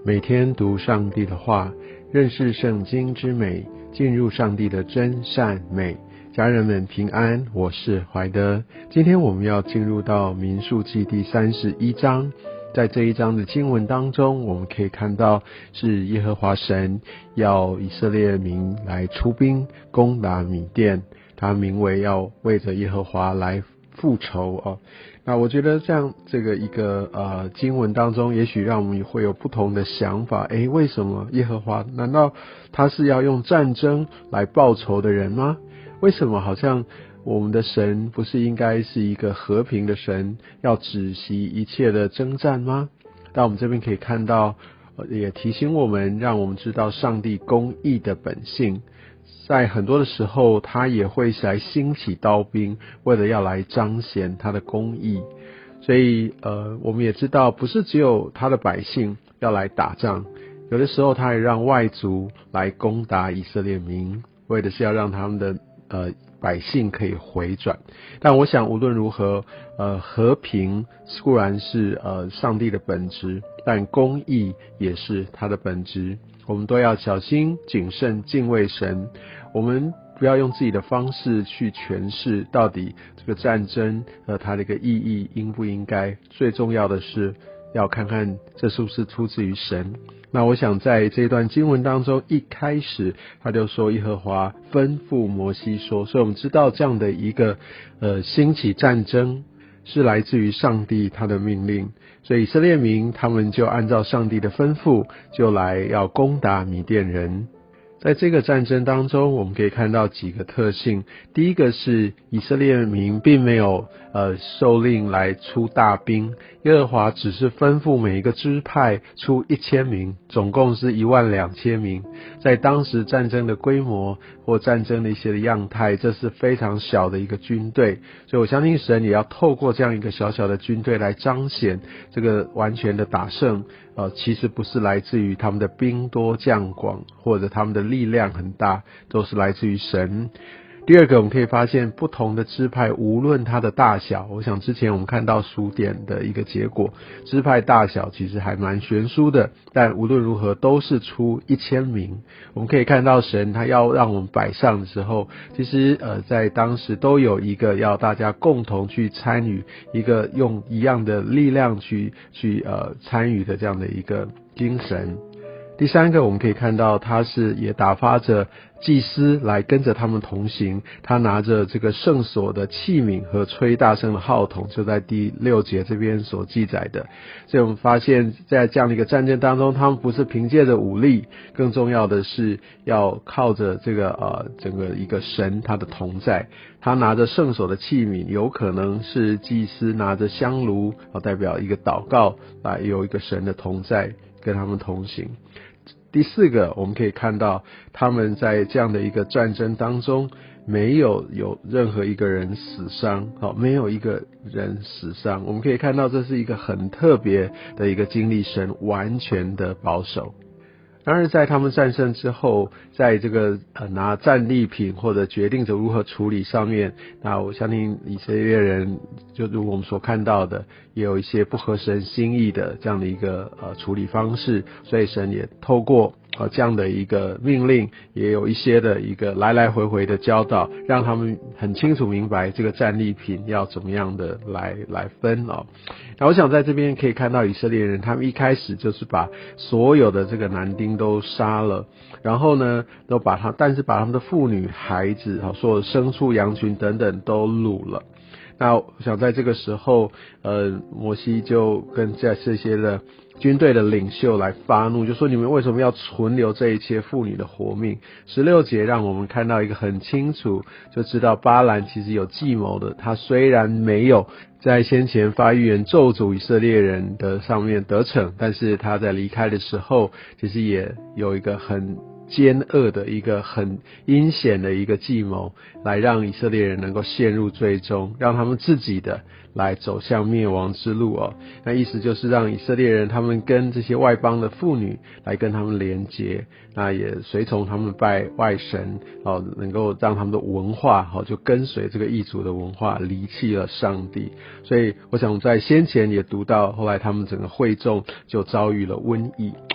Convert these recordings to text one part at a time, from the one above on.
每天读上帝的话，认识圣经之美，进入上帝的真善美。家人们平安，我是怀德。今天我们要进入到民数记第31章。在这一章的经文当中，我们可以看到是耶和华神要以色列民来出兵攻打米甸，他名为要为着耶和华来复仇。那我觉得这个一个经文当中，也许让我们会有不同的想法。为什么耶和华难道他是要用战争来报仇的人吗？为什么好像我们的神不是应该是一个和平的神，要止息一切的征战吗？但我们这边可以看到，也提醒我们，让我们知道上帝公义的本性。在很多的时候，他也会来兴起刀兵，为了要来彰显他的公义。所以我们也知道，不是只有他的百姓要来打仗，有的时候他也让外族来攻打以色列民，为的是要让他们的百姓可以回转。但我想无论如何，和平固然是上帝的本质，但公义也是他的本质。我们都要小心谨慎敬畏神，我们不要用自己的方式去诠释到底这个战争它的一个意义应不应该。最重要的是要看看这是不是出自于神。那我想在这段经文当中，一开始他就说耶和华吩咐摩西说，所以我们知道这样的一个兴起战争是来自于上帝他的命令。所以以色列民他们就按照上帝的吩咐，就来要攻打米甸人。在这个战争当中，我们可以看到几个特性。第一个是以色列民并没有受令来出大兵，耶和华只是吩咐每一个支派出1000名，总共是12000名。在当时战争的规模或战争的一些的样态，这是非常小的一个军队，所以我相信神也要透过这样一个小小的军队来彰显这个完全的打胜。其实不是来自于他们的兵多将广，或者他们的力量很大，都是来自于神。第二个，我们可以发现不同的支派无论它的大小，我想之前我们看到数点的一个结果，支派大小其实还蛮悬殊的，但无论如何都是出1000名。我们可以看到神他要让我们摆上的时候，其实在当时都有一个要大家共同去参与，一个用一样的力量去参与的这样的一个精神。第三个，我们可以看到他是也打发着祭司来跟着他们同行，他拿着这个圣所的器皿和吹大声的号筒，就在第6节这边所记载的。所以我们发现在这样的一个战争当中，他们不是凭借着武力，更重要的是要靠着这个整个一个神他的同在。他拿着圣所的器皿，有可能是祭司拿着香炉，代表一个祷告，来有一个神的同在跟他们同行。第四个，我们可以看到他们在这样的一个战争当中，没有任何一个人死伤，没有一个人死伤。我们可以看到这是一个很特别的一个经历，神完全的保守。然而在他们战胜之后，在这个拿战利品或者决定着如何处理上面，那我相信以色列人就如我们所看到的，也有一些不合神心意的这样的一个处理方式，所以神也透过这样的一个命令，也有一些的一个来来回回的教导，让他们很清楚明白这个战利品要怎么样的来分。那我想在这边可以看到以色列人他们一开始就是把所有的这个男丁都杀了，然后呢但是把他们的妇女孩子所有牲畜羊群等等都掳了。那我想在这个时候摩西就跟这些的军队的领袖来发怒，就说你们为什么要存留这一切妇女的活命？16节让我们看到一个很清楚，就知道巴兰其实有计谋的。他虽然没有在先前发预言咒诅以色列人的上面得逞，但是他在离开的时候，其实也有一个很奸恶的一个很阴险的一个计谋，来让以色列人能够陷入最终，让他们自己的来走向灭亡之路。那意思就是让以色列人他们跟这些外邦的妇女来跟他们连结，那也随从他们拜外神，能够让他们的文化就跟随这个异族的文化，离弃了上帝。所以我想在先前也读到，后来他们整个会众就遭遇了瘟疫。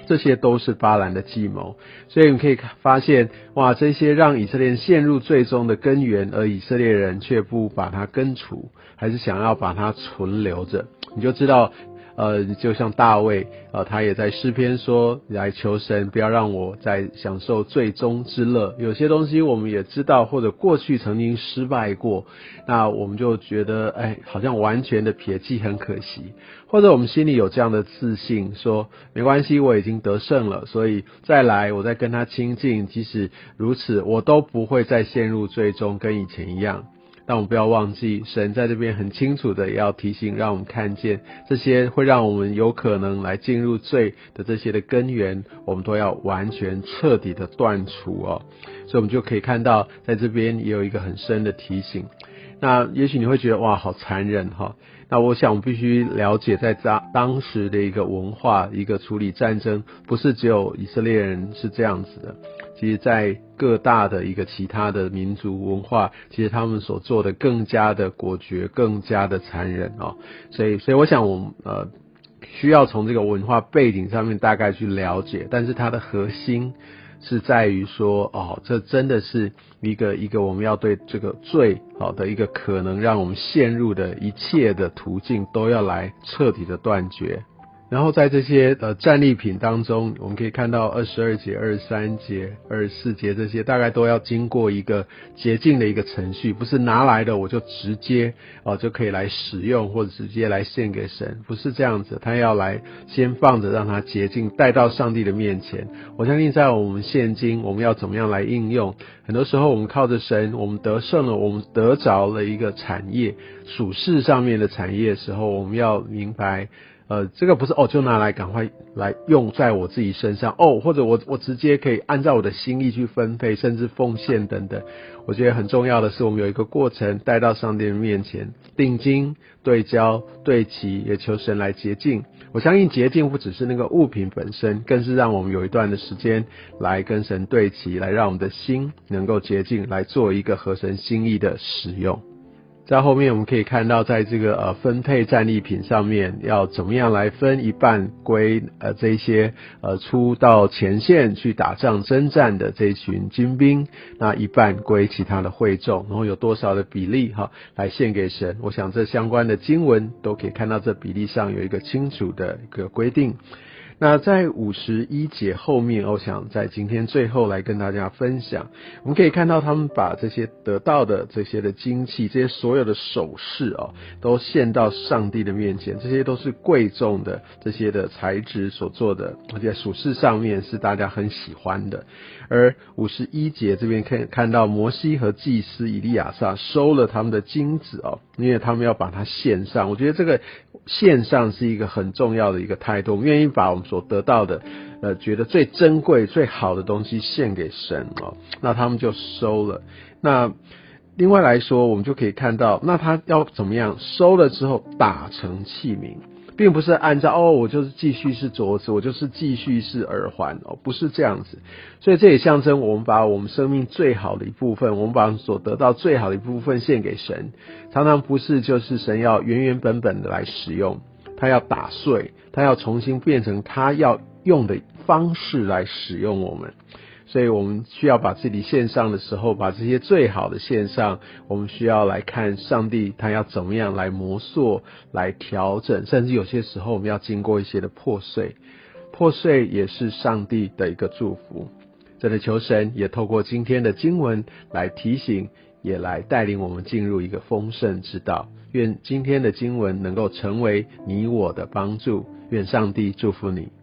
这些都是巴兰的计谋。所以你可以发现，哇，这些让以色列人陷入最终的根源，而以色列人却不把它根除，还是想要把它存留着，你就知道就像大卫他也在诗篇说，来求神不要让我再享受最终之乐。有些东西我们也知道，或者过去曾经失败过，那我们就觉得好像完全的撇弃很可惜，或者我们心里有这样的自信，说没关系，我已经得胜了，所以再来我再跟他亲近，即使如此我都不会再陷入最终跟以前一样。但我们不要忘记，神在这边很清楚的也要提醒，让我们看见这些会让我们有可能来进入罪的这些的根源，我们都要完全彻底的断除所以我们就可以看到，在这边也有一个很深的提醒。那也许你会觉得哇，好残忍那我想我们必须了解，在当时的一个文化，一个处理战争，不是只有以色列人是这样子的。其实在各大的一个其他的民族文化，其实他们所做的更加的果决，更加的残忍所以我想我们需要从这个文化背景上面大概去了解，但是它的核心是在于说这真的是一个我们要对这个罪的一个可能让我们陷入的一切的途径都要来彻底的断绝。然后在这些战利品当中，我们可以看到22节、23节、24节这些大概都要经过一个洁净的一个程序，不是拿来的我就直接就可以来使用，或者直接来献给神，不是这样子，他要来先放着让它洁净，带到上帝的面前。我相信在我们现今我们要怎么样来应用，很多时候我们靠着神，我们得胜了，我们得着了一个产业，属世上面的产业的时候，我们要明白这个不是就拿来赶快来用在我自己身上或者我直接可以按照我的心意去分配，甚至奉献等等。我觉得很重要的是，我们有一个过程带到上帝的面前，定睛、对焦、对齐，也求神来洁净。我相信洁净不只是那个物品本身，更是让我们有一段的时间来跟神对齐，来让我们的心能够洁净，来做一个合神心意的使用。在后面我们可以看到，在这个分配战利品上面要怎么样来分，一半归这些出到前线去打仗征战的这群精兵，那一半归其他的会众，然后有多少的比例来献给神。我想这相关的经文都可以看到，这比例上有一个清楚的一个规定。那在51节后面，我想在今天最后来跟大家分享，我们可以看到他们把这些得到的这些的金器，这些所有的首饰都献到上帝的面前，这些都是贵重的这些的材质所做的，而且属世上面是大家很喜欢的。而51节这边可以看到摩西和祭司以利亚撒收了他们的金子因为他们要把它献上。我觉得这个献上是一个很重要的一个态度，我们愿意把我们所得到的觉得最珍贵最好的东西献给神那他们就收了。那另外来说，我们就可以看到，那他要怎么样收了之后打成器皿，并不是按照我就是继续是镯子，我就是继续是耳环不是这样子。所以这也象征我们把我们生命最好的一部分，我们把所得到最好的一部分献给神，常常不是就是神要原原本本的来使用，他要打碎，他要重新变成他要用的方式来使用我们。所以我们需要把自己献上的时候，把这些最好的献上，我们需要来看上帝他要怎么样来磨塑，来调整，甚至有些时候我们要经过一些的破碎，破碎也是上帝的一个祝福。真的求神也透过今天的经文来提醒，也来带领我们进入一个丰盛之道。愿今天的经文能够成为你我的帮助，愿上帝祝福你。